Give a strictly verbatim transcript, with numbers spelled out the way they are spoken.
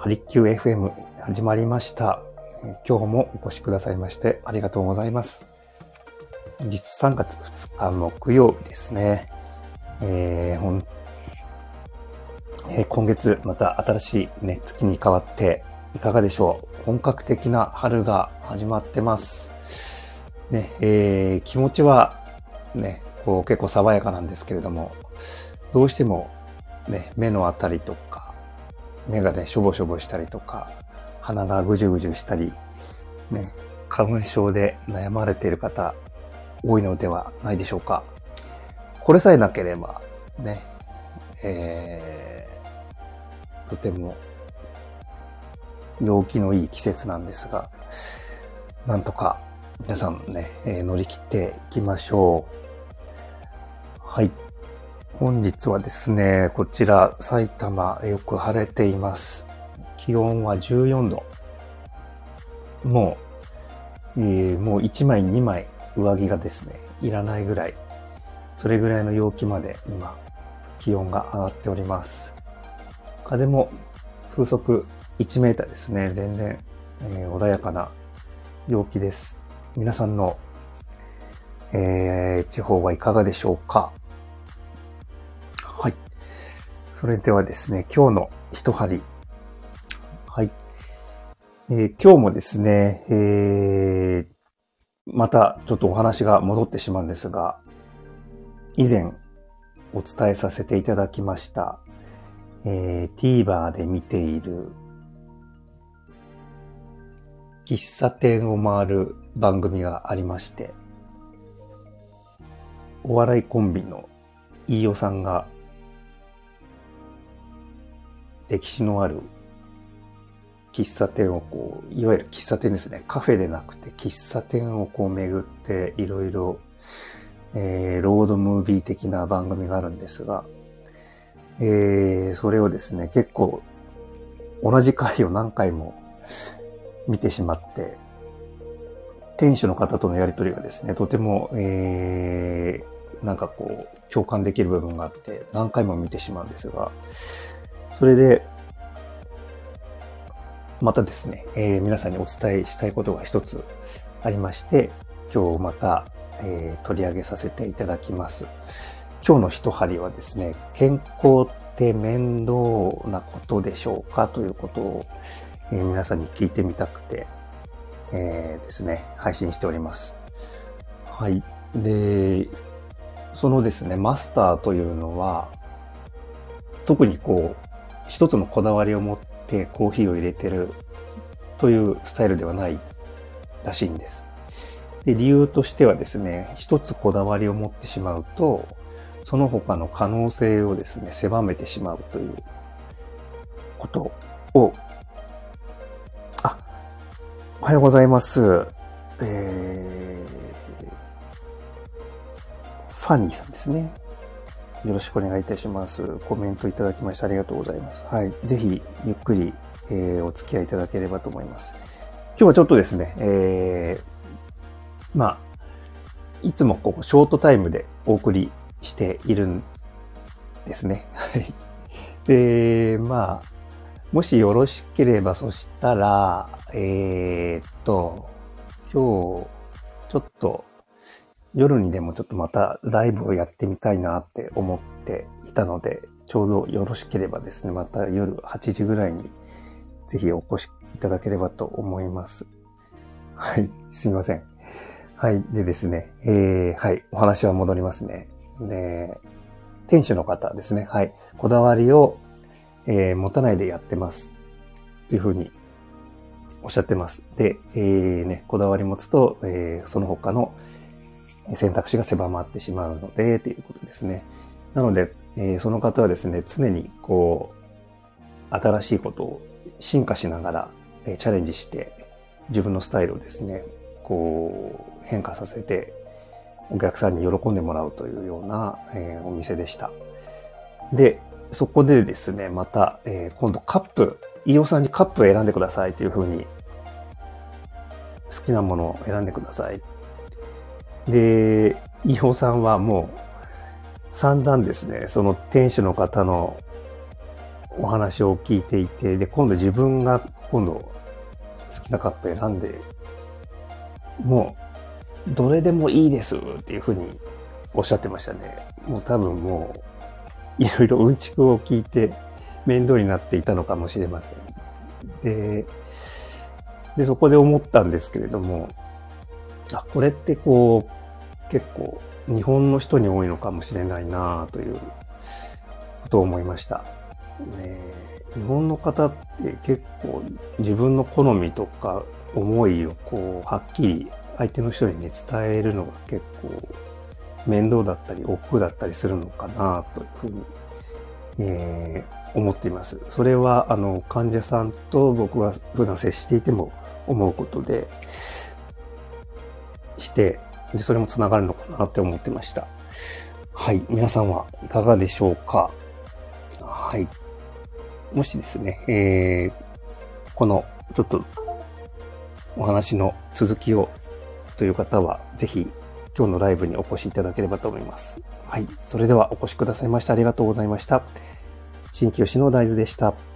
ハリキュー エフエム 始まりました。今日もお越しくださいましてありがとうございます。実さんがつふつか木曜日ですね。えーほんえー、今月また新しい、ね、月に変わっていかがでしょう。本格的な春が始まってます。ねえー、気持ちは、ね、こう結構爽やかなんですけれども、どうしても、ね、目のあたりとか、目がね、しょぼしょぼしたりとか、鼻がぐじゅぐじゅしたり、ね、花粉症で悩まれている方、多いのではないでしょうか。これさえなければ、ね、えー、とても、陽気のいい季節なんですが、なんとか皆さんね、えー、乗り切っていきましょう。はい。本日はですね、こちら埼玉よく晴れています。気温はじゅうよんど。もう、えー、もういちまいにまい上着がですね、いらないぐらい、それぐらいの陽気まで今、気温が上がっております。風も風速いちメーターですね。全然、えー、穏やかな陽気です。皆さんの、えー、地方はいかがでしょうか。はい。それではですね、今日の一針。はい。えー、今日もですね、えー、またちょっとお話が戻ってしまうんですが、以前お伝えさせていただきました、えー、TVer で見ている喫茶店を回る番組がありまして、お笑いコンビの飯尾さんが歴史のある喫茶店をこう、いわゆる喫茶店ですね。カフェでなくて喫茶店をこう巡っていろいろ、えー、ロードムービー的な番組があるんですが、えー、それをですね、結構同じ回を何回も見てしまって、店主の方とのやりとりがですね、とても、えー、なんかこう、共感できる部分があって、何回も見てしまうんですが、それで、またですね、えー、皆さんにお伝えしたいことが一つありまして、今日また、えー、取り上げさせていただきます。今日の一針はですね、健康って面倒なことでしょうかということを、えー、皆さんに聞いてみたくて、えー、ですね、配信しております。はい。で、そのですね、マスターというのは、特にこう、一つのこだわりを持ってコーヒーを入れてるというスタイルではないらしいんです。で、理由としてはですね、一つこだわりを持ってしまうと、その他の可能性をですね、狭めてしまうということを、あ、おはようございます。えー、ファニーさんですね。よろしくお願いいたします。コメントいただきましてありがとうございます。はい。ぜひ、ゆっくり、えー、お付き合いいただければと思います。今日はちょっとですね、えー、まあ、いつもこう、ショートタイムでお送りしているんですね。はい。で、まあ、もしよろしければ、そしたら、えーっと、今日、ちょっと、夜にでもちょっとまたライブをやってみたいなって思っていたので、ちょうどよろしければですね、また夜はちじぐらいにぜひお越しいただければと思います。はい、すみません。はい、でですね、えー、はい、お話は戻りますね。で、店主の方ですね、はい、こだわりを、えー、持たないでやってます。というふうにおっしゃってます。で、えー、ね、こだわり持つと、えー、その他の選択肢が狭まってしまうので、ということですね。なので、えー、その方はですね、常にこう、新しいことを進化しながら、えー、チャレンジして、自分のスタイルをですね、こう、変化させて、お客さんに喜んでもらうというような、えー、お店でした。で、そこでですね、また、えー、今度カップ、飯尾さんにカップを選んでくださいというふうに、好きなものを選んでください。で、飯尾さんはもう散々ですね、その店主の方のお話を聞いていて、で、今度自分が今度好きなカップ選んで、もう、どれでもいいですっていうふうにおっしゃってましたね。もう多分もう、いろいろうんちくを聞いて面倒になっていたのかもしれません。で、で、そこで思ったんですけれども、あ、これってこう、結構日本の人に多いのかもしれないなということを思いました。ね、日本の方って結構自分の好みとか思いをこう、はっきり相手の人にね、伝えるのが結構面倒だったり、億劫だったりするのかなというふうに、えー、思っています。それは、あの、患者さんと僕が普段接していても思うことで、して、で、それもつながるのかなって思ってました。はい。皆さんはいかがでしょうか？はい。もしですね、えー、この、ちょっと、お話の続きをという方は、ぜひ、今日のライブにお越しいただければと思います。はい。それではお越しくださいましてありがとうございました。新規吉野大豆でした。